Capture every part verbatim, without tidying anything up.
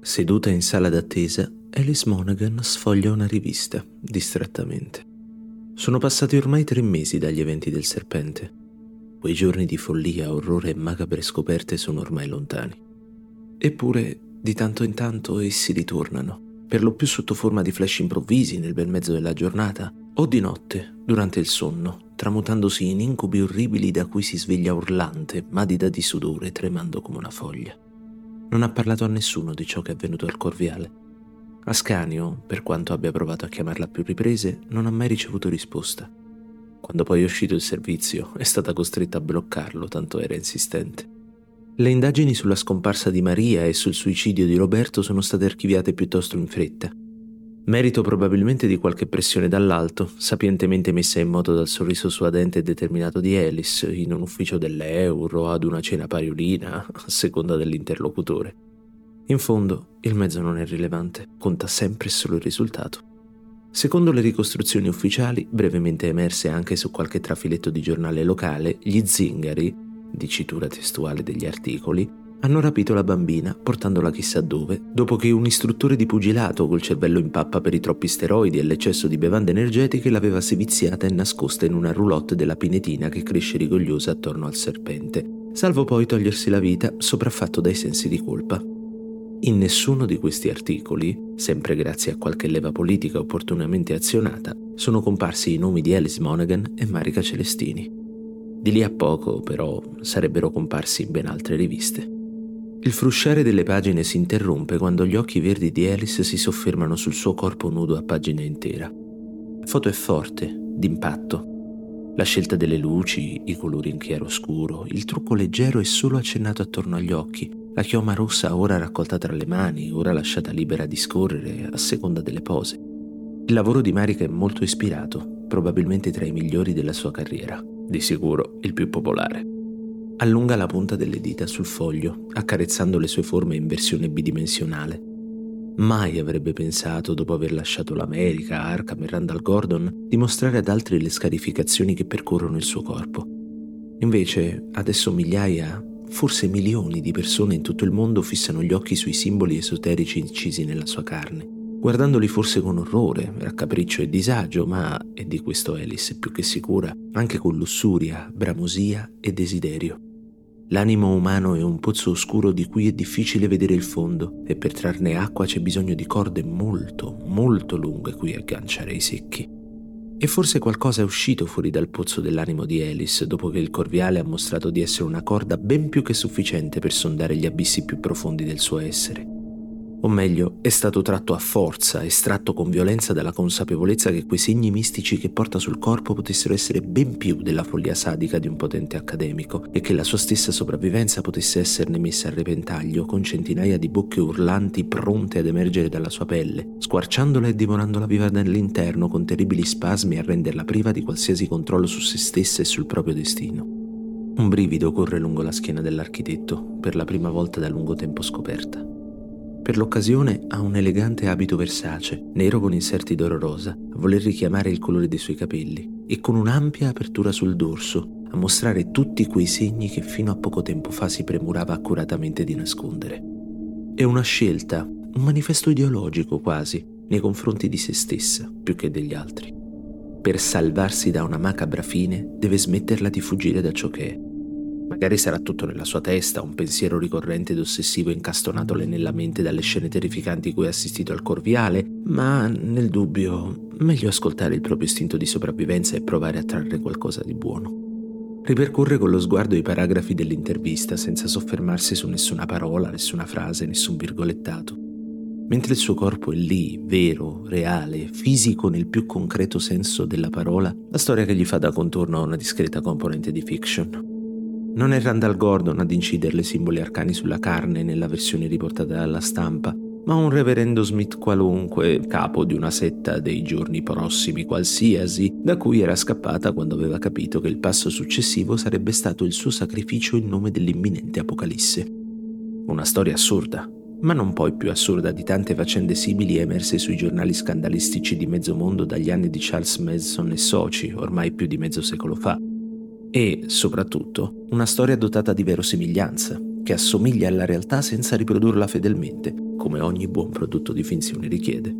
Seduta in sala d'attesa, Alice Monaghan sfoglia una rivista, distrattamente. Sono passati ormai tre mesi dagli eventi del serpente. Quei giorni di follia, orrore e macabre scoperte sono ormai lontani. Eppure, di tanto in tanto, essi ritornano, per lo più sotto forma di flash improvvisi nel bel mezzo della giornata, o di notte, durante il sonno, tramutandosi in incubi orribili da cui si sveglia urlante, madida di sudore, tremando come una foglia. Non ha parlato a nessuno di ciò che è avvenuto al Corviale. Ascanio, per quanto abbia provato a chiamarla a più riprese, non ha mai ricevuto risposta. Quando poi è uscito il servizio, è stata costretta a bloccarlo, tanto era insistente. Le indagini sulla scomparsa di Maria e sul suicidio di Roberto sono state archiviate piuttosto in fretta. Merito probabilmente di qualche pressione dall'alto, sapientemente messa in moto dal sorriso suadente e determinato di Alice, in un ufficio dell'Euro, ad una cena pariolina, a seconda dell'interlocutore. In fondo, il mezzo non è rilevante, conta sempre solo il risultato. Secondo le ricostruzioni ufficiali, brevemente emerse anche su qualche trafiletto di giornale locale, gli zingari, dicitura testuale degli articoli, hanno rapito la bambina, portandola chissà dove, dopo che un istruttore di pugilato col cervello in pappa per i troppi steroidi e l'eccesso di bevande energetiche l'aveva seviziata e nascosta in una roulotte della pinetina che cresce rigogliosa attorno al serpente, salvo poi togliersi la vita sopraffatto dai sensi di colpa. In nessuno di questi articoli, sempre grazie a qualche leva politica opportunamente azionata, sono comparsi i nomi di Alice Monaghan e Marica Celestini. Di lì a poco, però, sarebbero comparsi in ben altre riviste. Il frusciare delle pagine si interrompe quando gli occhi verdi di Alice si soffermano sul suo corpo nudo a pagina intera. La foto è forte, d'impatto. La scelta delle luci, i colori in chiaroscuro, il trucco leggero è solo accennato attorno agli occhi, la chioma rossa ora raccolta tra le mani, ora lasciata libera di scorrere a seconda delle pose. Il lavoro di Marica è molto ispirato, probabilmente tra i migliori della sua carriera, di sicuro il più popolare. Allunga la punta delle dita sul foglio, accarezzando le sue forme in versione bidimensionale. Mai avrebbe pensato, dopo aver lasciato l'America, Arkham e Randall Gordon, di mostrare ad altri le scarificazioni che percorrono il suo corpo. Invece, adesso migliaia, forse milioni di persone in tutto il mondo fissano gli occhi sui simboli esoterici incisi nella sua carne, guardandoli forse con orrore, raccapriccio e disagio, ma, e di questo Alice è più che sicura, anche con lussuria, bramosia e desiderio. L'animo umano è un pozzo oscuro di cui è difficile vedere il fondo e per trarne acqua c'è bisogno di corde molto, molto lunghe cui agganciare i secchi. E forse qualcosa è uscito fuori dal pozzo dell'animo di Alice dopo che il Corviale ha mostrato di essere una corda ben più che sufficiente per sondare gli abissi più profondi del suo essere. O meglio, è stato tratto a forza, estratto con violenza dalla consapevolezza che quei segni mistici che porta sul corpo potessero essere ben più della follia sadica di un potente accademico e che la sua stessa sopravvivenza potesse esserne messa a repentaglio con centinaia di bocche urlanti pronte ad emergere dalla sua pelle, squarciandola e divorandola viva dall'interno con terribili spasmi a renderla priva di qualsiasi controllo su se stessa e sul proprio destino. Un brivido corre lungo la schiena dell'architetto, per la prima volta da lungo tempo scoperta. Per l'occasione ha un elegante abito Versace, nero con inserti d'oro rosa, a voler richiamare il colore dei suoi capelli, e con un'ampia apertura sul dorso, a mostrare tutti quei segni che fino a poco tempo fa si premurava accuratamente di nascondere. È una scelta, un manifesto ideologico quasi, nei confronti di se stessa, più che degli altri. Per salvarsi da una macabra fine, deve smetterla di fuggire da ciò che è. Magari sarà tutto nella sua testa, un pensiero ricorrente ed ossessivo incastonatole nella mente dalle scene terrificanti cui ha assistito al Corviale, ma nel dubbio, meglio ascoltare il proprio istinto di sopravvivenza e provare a trarre qualcosa di buono. Ripercorre con lo sguardo i paragrafi dell'intervista senza soffermarsi su nessuna parola, nessuna frase, nessun virgolettato. Mentre il suo corpo è lì, vero, reale, fisico nel più concreto senso della parola, la storia che gli fa da contorno ha una discreta componente di fiction. Non è Randall Gordon ad inciderle simboli arcani sulla carne nella versione riportata dalla stampa, ma un reverendo Smith qualunque, capo di una setta dei giorni prossimi qualsiasi, da cui era scappata quando aveva capito che il passo successivo sarebbe stato il suo sacrificio in nome dell'imminente apocalisse. Una storia assurda, ma non poi più assurda di tante faccende simili emerse sui giornali scandalistici di mezzo mondo dagli anni di Charles Manson e soci, ormai più di mezzo secolo fa. E, soprattutto, una storia dotata di verosimiglianza, che assomiglia alla realtà senza riprodurla fedelmente, come ogni buon prodotto di finzione richiede.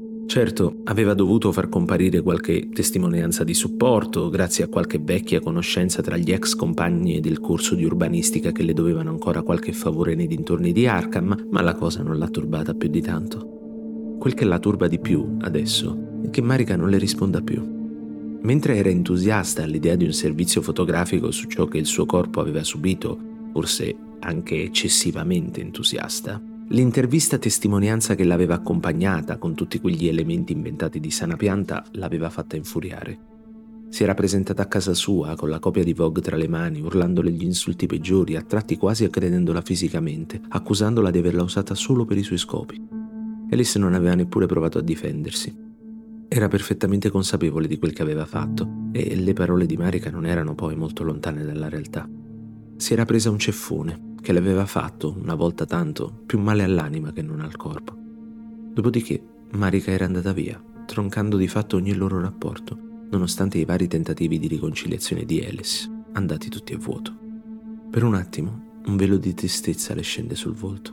Certo, aveva dovuto far comparire qualche testimonianza di supporto, grazie a qualche vecchia conoscenza tra gli ex compagni del corso di urbanistica che le dovevano ancora qualche favore nei dintorni di Arkham, ma la cosa non l'ha turbata più di tanto. Quel che la turba di più, adesso, è che Marika non le risponda più. Mentre era entusiasta all'idea di un servizio fotografico su ciò che il suo corpo aveva subito, forse anche eccessivamente entusiasta, l'intervista testimonianza che l'aveva accompagnata con tutti quegli elementi inventati di sana pianta l'aveva fatta infuriare. Si era presentata a casa sua con la copia di Vogue tra le mani, urlandole gli insulti peggiori, a tratti quasi aggredendola fisicamente, accusandola di averla usata solo per i suoi scopi. Alice non aveva neppure provato a difendersi. Era perfettamente consapevole di quel che aveva fatto e le parole di Marika non erano poi molto lontane dalla realtà. Si era presa un ceffone che le aveva fatto, una volta tanto, più male all'anima che non al corpo. Dopodiché Marika era andata via, troncando di fatto ogni loro rapporto, nonostante i vari tentativi di riconciliazione di Alice, andati tutti a vuoto. Per un attimo un velo di tristezza le scende sul volto.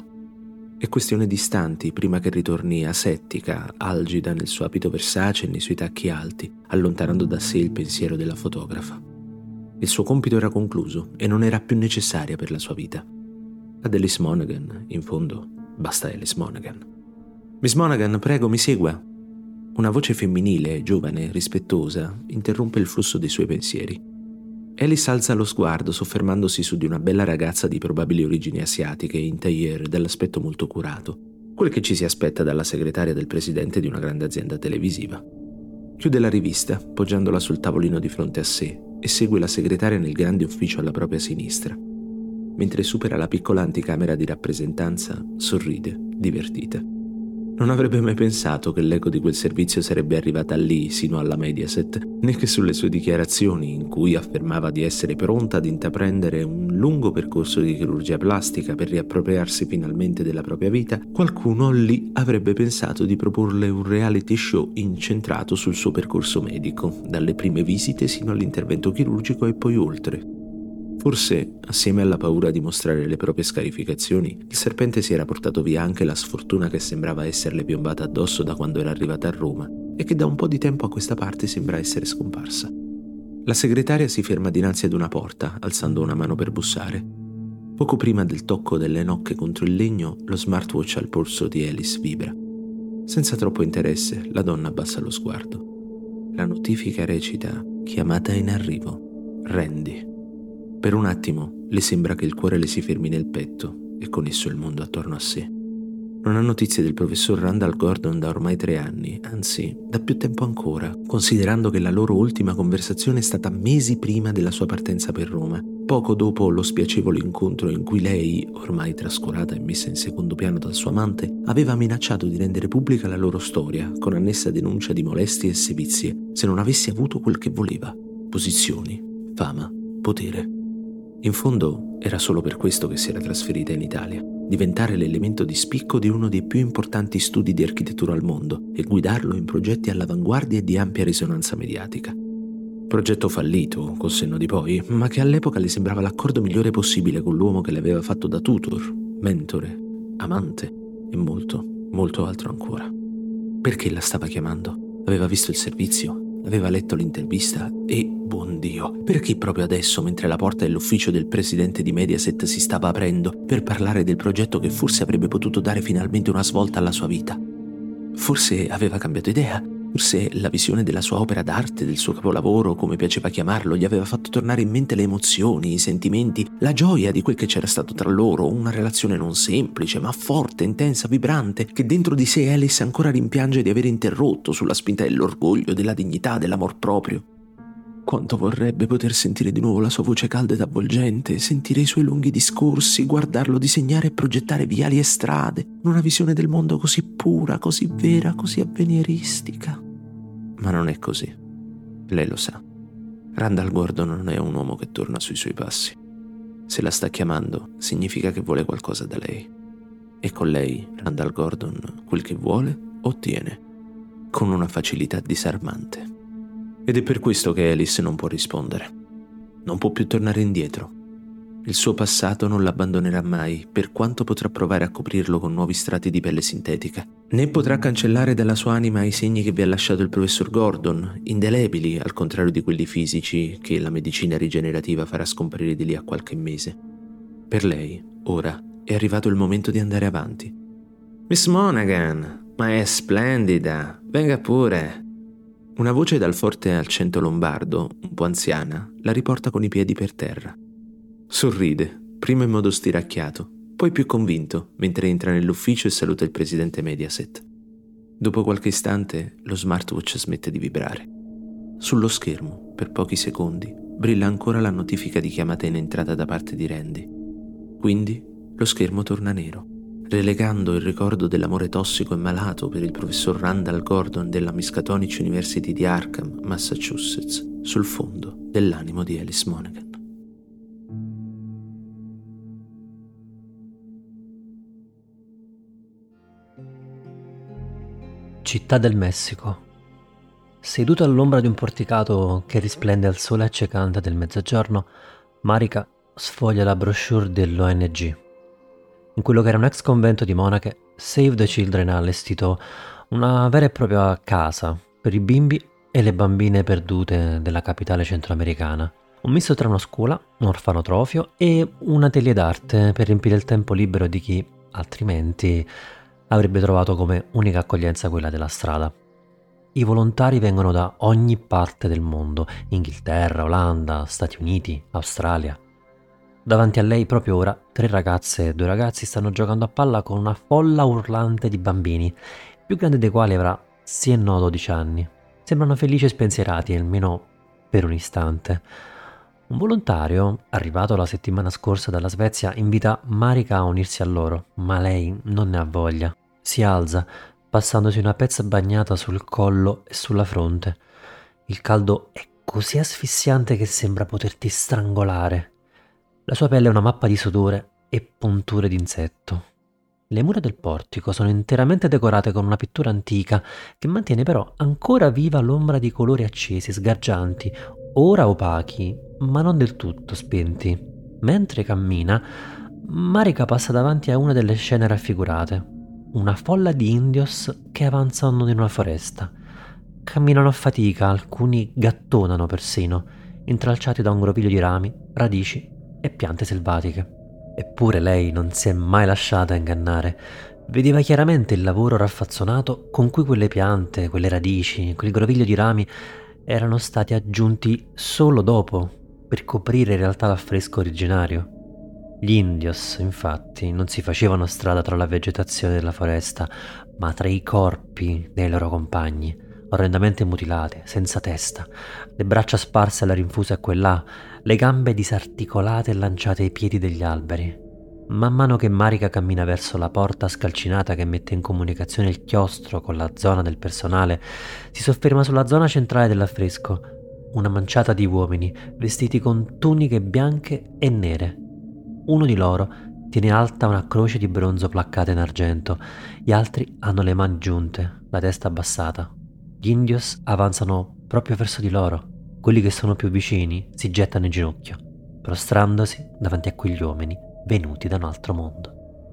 È questione di istanti prima che ritorni asettica, algida nel suo abito Versace e nei suoi tacchi alti, allontanando da sé il pensiero della fotografa. Il suo compito era concluso e non era più necessaria per la sua vita. Ad Alice Monaghan, in fondo, basta Alice Monaghan. «Miss Monaghan, prego, mi segua!» Una voce femminile, giovane, rispettosa, interrompe il flusso dei suoi pensieri. Alice alza lo sguardo, soffermandosi su di una bella ragazza di probabili origini asiatiche in tailleur dall'aspetto molto curato, quel che ci si aspetta dalla segretaria del presidente di una grande azienda televisiva. Chiude la rivista, poggiandola sul tavolino di fronte a sé, e segue la segretaria nel grande ufficio alla propria sinistra. Mentre supera la piccola anticamera di rappresentanza, sorride, divertita. Non avrebbe mai pensato che l'eco di quel servizio sarebbe arrivata lì, sino alla Mediaset, né che sulle sue dichiarazioni, in cui affermava di essere pronta ad intraprendere un lungo percorso di chirurgia plastica per riappropriarsi finalmente della propria vita, qualcuno lì avrebbe pensato di proporle un reality show incentrato sul suo percorso medico, dalle prime visite sino all'intervento chirurgico e poi oltre. Forse, assieme alla paura di mostrare le proprie scarificazioni, il serpente si era portato via anche la sfortuna che sembrava esserle piombata addosso da quando era arrivata a Roma e che da un po' di tempo a questa parte sembra essere scomparsa. La segretaria si ferma dinanzi ad una porta, alzando una mano per bussare. Poco prima del tocco delle nocche contro il legno, lo smartwatch al polso di Alice vibra. Senza troppo interesse, la donna abbassa lo sguardo. La notifica recita: «Chiamata in arrivo. Randy». Per un attimo le sembra che il cuore le si fermi nel petto e con esso il mondo attorno a sé. Non ha notizie del professor Randall Gordon da ormai tre anni, anzi, da più tempo ancora, considerando che la loro ultima conversazione è stata mesi prima della sua partenza per Roma, poco dopo lo spiacevole incontro in cui lei, ormai trascurata e messa in secondo piano dal suo amante, aveva minacciato di rendere pubblica la loro storia, con annessa denuncia di molestie e sevizie, se non avesse avuto quel che voleva: posizioni, fama, potere. In fondo era solo per questo che si era trasferita in Italia, diventare l'elemento di spicco di uno dei più importanti studi di architettura al mondo e guidarlo in progetti all'avanguardia e di ampia risonanza mediatica. Progetto fallito, col senno di poi, ma che all'epoca le sembrava l'accordo migliore possibile con l'uomo che le aveva fatto da tutor, mentore, amante e molto, molto altro ancora. Perché la stava chiamando? Aveva visto il servizio? Aveva letto l'intervista e, buon Dio, perché proprio adesso, mentre la porta dell'ufficio del presidente di Mediaset si stava aprendo per parlare del progetto che forse avrebbe potuto dare finalmente una svolta alla sua vita? Forse aveva cambiato idea, forse la visione della sua opera d'arte, del suo capolavoro, come piaceva chiamarlo, gli aveva fatto tornare in mente le emozioni, i sentimenti, la gioia di quel che c'era stato tra loro, una relazione non semplice, ma forte, intensa, vibrante, che dentro di sé Alice ancora rimpiange di aver interrotto sulla spinta dell'orgoglio, della dignità, dell'amor proprio. Quanto vorrebbe poter sentire di nuovo la sua voce calda ed avvolgente, sentire i suoi lunghi discorsi, guardarlo disegnare e progettare viali e strade, una visione del mondo così pura, così vera, così avveniristica. Ma non è così. Lei lo sa. Randall Gordon non è un uomo che torna sui suoi passi. Se la sta chiamando, significa che vuole qualcosa da lei. E con lei, Randall Gordon, quel che vuole, ottiene. Con una facilità disarmante. Ed è per questo che Alice non può rispondere. Non può più tornare indietro. Il suo passato non l'abbandonerà mai, per quanto potrà provare a coprirlo con nuovi strati di pelle sintetica. Né potrà cancellare dalla sua anima i segni che vi ha lasciato il professor Gordon, indelebili al contrario di quelli fisici che la medicina rigenerativa farà scomparire di lì a qualche mese. Per lei, ora, è arrivato il momento di andare avanti. «Miss Monaghan, ma è splendida, venga pure!» Una voce dal forte accento lombardo, un po' anziana, la riporta con i piedi per terra. Sorride, prima in modo stiracchiato, poi più convinto, mentre entra nell'ufficio e saluta il presidente Mediaset. Dopo qualche istante, lo smartwatch smette di vibrare. Sullo schermo, per pochi secondi, brilla ancora la notifica di chiamata in entrata da parte di Randy. Quindi, lo schermo torna nero, relegando il ricordo dell'amore tossico e malato per il professor Randall Gordon della Miskatonic University di Arkham, Massachusetts, sul fondo dell'animo di Alice Monaghan. Città del Messico. Seduta all'ombra di un porticato che risplende al sole accecante del mezzogiorno, Marika sfoglia la brochure dell'O N G. In quello che era un ex convento di monache, Save the Children ha allestito una vera e propria casa per i bimbi e le bambine perdute della capitale centroamericana. Un misto tra una scuola, un orfanotrofio e un atelier d'arte per riempire il tempo libero di chi, altrimenti, avrebbe trovato come unica accoglienza quella della strada. I volontari vengono da ogni parte del mondo, Inghilterra, Olanda, Stati Uniti, Australia. Davanti a lei proprio ora tre ragazze e due ragazzi stanno giocando a palla con una folla urlante di bambini, il più grande dei quali avrà sì e no dodici anni. Sembrano felici e spensierati, almeno per un istante. Un volontario, arrivato la settimana scorsa dalla Svezia, invita Marika a unirsi a loro, ma lei non ne ha voglia. Si alza, passandosi una pezza bagnata sul collo e sulla fronte. Il caldo è così asfissiante che sembra poterti strangolare. La sua pelle è una mappa di sudore e punture d'insetto. Le mura del portico sono interamente decorate con una pittura antica che mantiene però ancora viva l'ombra di colori accesi, sgargianti, ora opachi, ma non del tutto spenti. Mentre cammina, Marika passa davanti a una delle scene raffigurate. Una folla di indios che avanzano in una foresta. Camminano a fatica, alcuni gattonano persino, intralciati da un groviglio di rami, radici e piante selvatiche. Eppure lei non si è mai lasciata ingannare. Vedeva chiaramente il lavoro raffazzonato con cui quelle piante, quelle radici, quel groviglio di rami erano stati aggiunti solo dopo, per coprire in realtà l'affresco originario. Gli indios, infatti, non si facevano strada tra la vegetazione della foresta, ma tra i corpi dei loro compagni, orrendamente mutilati, senza testa, le braccia sparse alla rinfusa e quellà, le gambe disarticolate e lanciate ai piedi degli alberi. Man mano che Marika cammina verso la porta scalcinata che mette in comunicazione il chiostro con la zona del personale, si sofferma sulla zona centrale dell'affresco, una manciata di uomini vestiti con tuniche bianche e nere. Uno di loro tiene alta una croce di bronzo placcata in argento, gli altri hanno le mani giunte, la testa abbassata. Gli indios avanzano proprio verso di loro. Quelli che sono più vicini si gettano in ginocchio, prostrandosi davanti a quegli uomini venuti da un altro mondo.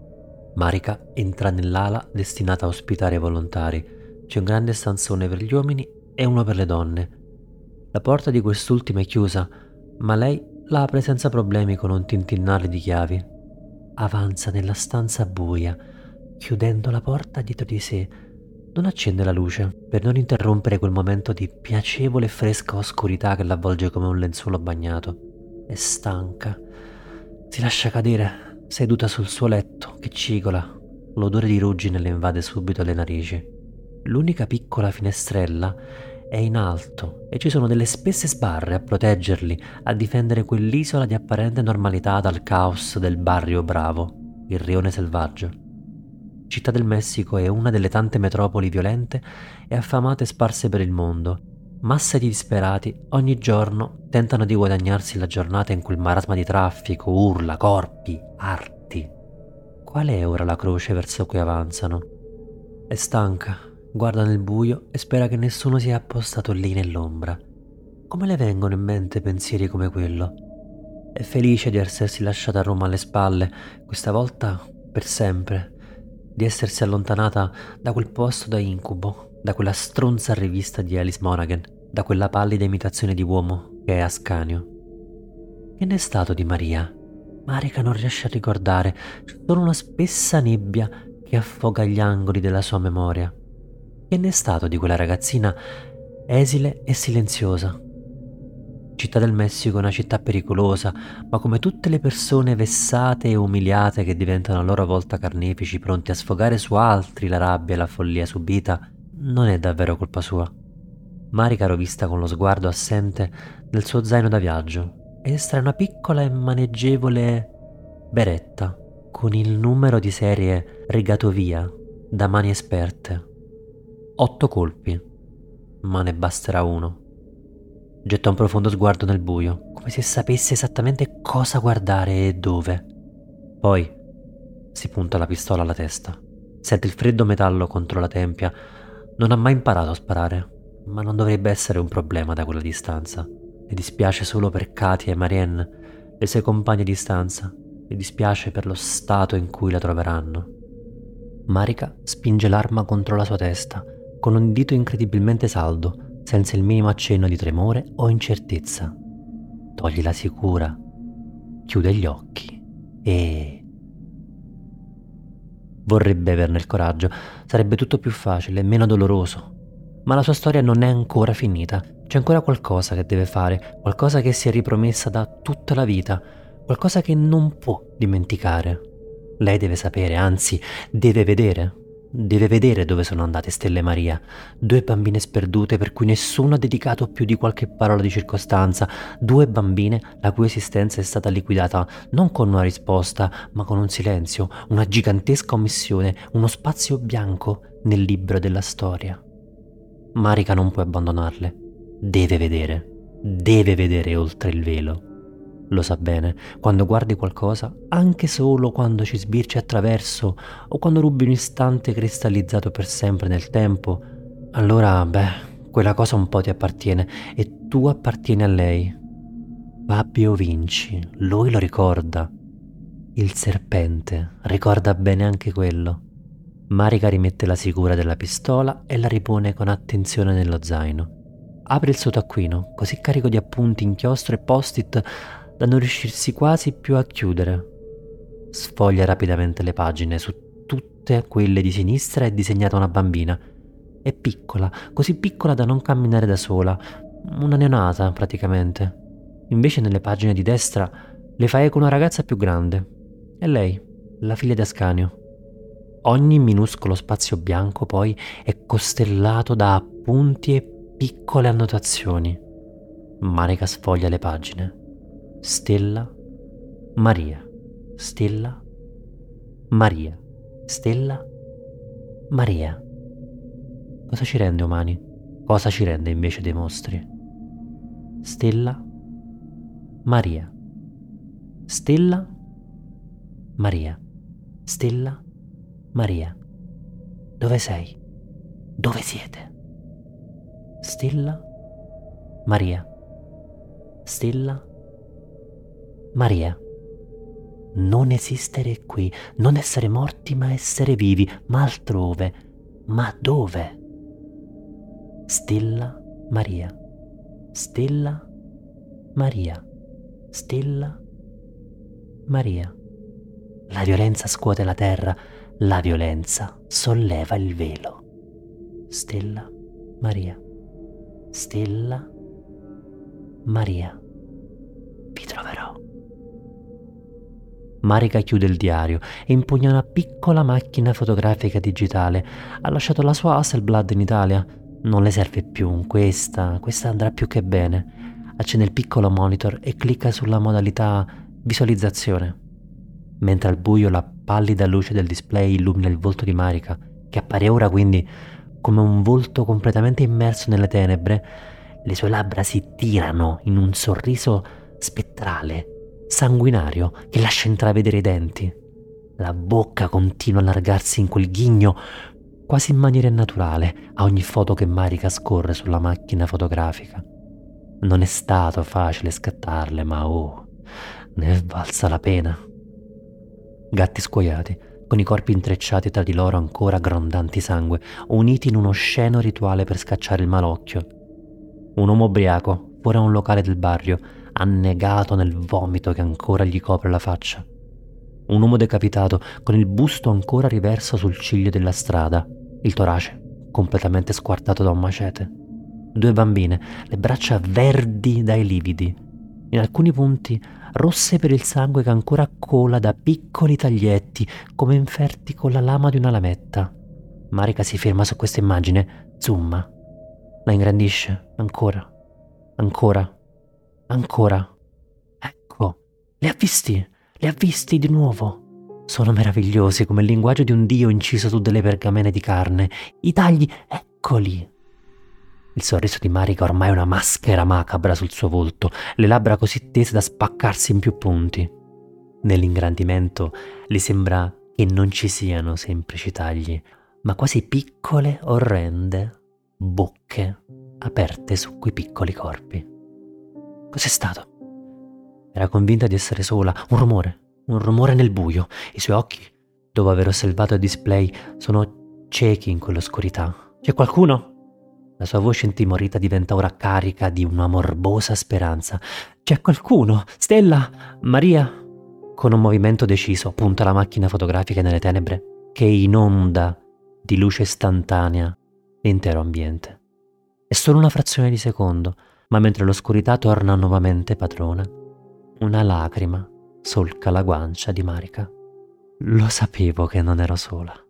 Marika entra nell'ala destinata a ospitare i volontari. C'è un grande stanzone per gli uomini e uno per le donne. La porta di quest'ultima è chiusa, ma lei la apre senza problemi con un tintinnare di chiavi. Avanza nella stanza buia, chiudendo la porta dietro di sé. Non accende la luce per non interrompere quel momento di piacevole e fresca oscurità che l'avvolge come un lenzuolo bagnato. È stanca. Si lascia cadere, seduta sul suo letto, che cigola. L'odore di ruggine le invade subito le narici. L'unica piccola finestrella è in alto e ci sono delle spesse sbarre a proteggerli, a difendere quell'isola di apparente normalità dal caos del Barrio Bravo, il rione selvaggio. Città del Messico è una delle tante metropoli violente e affamate sparse per il mondo. Masse di disperati ogni giorno tentano di guadagnarsi la giornata in quel marasma di traffico, urla, corpi, arti. Qual è ora la croce verso cui avanzano? È stanca, guarda nel buio e spera che nessuno sia appostato lì nell'ombra. Come le vengono in mente pensieri come quello? È felice di essersi lasciata Roma alle spalle, questa volta per sempre, di essersi allontanata da quel posto da incubo, da quella stronza rivista di Alice Monaghan, da quella pallida imitazione di uomo che è Ascanio. Che ne è stato di Maria? Marica non riesce a ricordare, c'è solo una spessa nebbia che affoga gli angoli della sua memoria. Che ne è stato di quella ragazzina esile e silenziosa? Città del Messico è una città pericolosa, ma come tutte le persone vessate e umiliate che diventano a loro volta carnefici pronti a sfogare su altri la rabbia e la follia subita, non è davvero colpa sua. Marica rovista con lo sguardo assente nel suo zaino da viaggio ed estrae una piccola e maneggevole beretta con il numero di serie rigato via da mani esperte. Otto colpi, ma ne basterà uno. Getta un profondo sguardo nel buio, come se sapesse esattamente cosa guardare e dove. Poi si punta la pistola alla testa. Sente il freddo metallo contro la tempia. Non ha mai imparato a sparare, ma non dovrebbe essere un problema da quella distanza. Le dispiace solo per Katia e Marianne, le sue compagne di stanza. Le dispiace per lo stato in cui la troveranno. Marica spinge l'arma contro la sua testa, con un dito incredibilmente saldo, senza il minimo accenno di tremore o incertezza. Toglie la sicura, chiude gli occhi e... Vorrebbe averne il coraggio, sarebbe tutto più facile e meno doloroso. Ma la sua storia non è ancora finita, c'è ancora qualcosa che deve fare, qualcosa che si è ripromessa da tutta la vita, qualcosa che non può dimenticare. Lei deve sapere, anzi, deve vedere. Deve vedere dove sono andate Stella e Maria, due bambine sperdute per cui nessuno ha dedicato più di qualche parola di circostanza, due bambine la cui esistenza è stata liquidata non con una risposta, ma con un silenzio, una gigantesca omissione, uno spazio bianco nel libro della storia. Marica non può abbandonarle, deve vedere, deve vedere oltre il velo. Lo sa bene, quando guardi qualcosa, anche solo quando ci sbirci attraverso o quando rubi un istante cristallizzato per sempre nel tempo, allora, beh, quella cosa un po' ti appartiene e tu appartieni a lei. Fabio Vinci, lui lo ricorda. Il serpente ricorda bene anche quello. Marica rimette la sicura della pistola e la ripone con attenzione nello zaino. Apre il suo taccuino, così carico di appunti, inchiostro e post-it da non riuscirsi quasi più a chiudere. Sfoglia rapidamente le pagine. Su tutte quelle di sinistra è disegnata una bambina. È piccola, così piccola da non camminare da sola, una neonata praticamente. Invece nelle pagine di destra le fa eco una ragazza più grande. È lei, la figlia di Ascanio. Ogni minuscolo spazio bianco poi è costellato da appunti e piccole annotazioni. Marica sfoglia le pagine. Stella, Maria, Stella, Maria, Stella, Maria. Cosa ci rende umani? Cosa ci rende invece dei mostri? Stella, Maria, Stella, Maria, Stella, Maria. Dove sei? Dove siete? Stella, Maria, Stella, Maria. Non esistere qui, non essere morti ma essere vivi, ma altrove, ma dove? Stella, Maria, Stella, Maria, Stella, Maria. La violenza scuote la terra, la violenza solleva il velo. Stella, Maria, Stella, Maria. Vi troverò. Marica chiude il diario e impugna una piccola macchina fotografica digitale. Ha lasciato la sua Hasselblad in Italia. Non le serve più, questa, questa andrà più che bene. Accende il piccolo monitor e clicca sulla modalità visualizzazione. Mentre al buio la pallida luce del display illumina il volto di Marica, che appare ora quindi come un volto completamente immerso nelle tenebre, le sue labbra si tirano in un sorriso spettrale, sanguinario, che lascia intravedere i denti. La bocca continua a allargarsi in quel ghigno quasi in maniera naturale a ogni foto che Marica scorre sulla macchina fotografica. Non è stato facile scattarle, ma oh, ne è valsa la pena. Gatti scuoiati, con i corpi intrecciati tra di loro ancora grondanti sangue, uniti in uno osceno rituale per scacciare il malocchio. Un uomo ubriaco, fuori a un locale del barrio, annegato nel vomito che ancora gli copre la faccia. Un uomo decapitato, con il busto ancora riverso sul ciglio della strada, il torace completamente squartato da un macete. Due bambine, le braccia verdi dai lividi, in alcuni punti rosse per il sangue che ancora cola da piccoli taglietti, come inferti con la lama di una lametta. Marika si ferma su questa immagine, zoom, la ingrandisce, ancora, ancora, ancora. Ecco, li ha visti, li ha visti di nuovo. Sono meravigliosi come il linguaggio di un dio inciso su delle pergamene di carne. I tagli, eccoli. Il sorriso di Marika ormai è una maschera macabra sul suo volto, le labbra così tese da spaccarsi in più punti. Nell'ingrandimento le sembra che non ci siano semplici tagli, ma quasi piccole, orrende bocche aperte su quei piccoli corpi. Cos'è stato? Era convinta di essere sola. Un rumore, un rumore nel buio. I suoi occhi, dopo aver osservato il display, sono ciechi in quell'oscurità. C'è qualcuno? La sua voce intimorita diventa ora carica di una morbosa speranza. C'è qualcuno? Stella? Maria? Con un movimento deciso punta la macchina fotografica nelle tenebre che inonda di luce istantanea l'intero ambiente. È solo una frazione di secondo, ma mentre l'oscurità torna nuovamente padrona, una lacrima solca la guancia di Marika. Lo sapevo che non ero sola.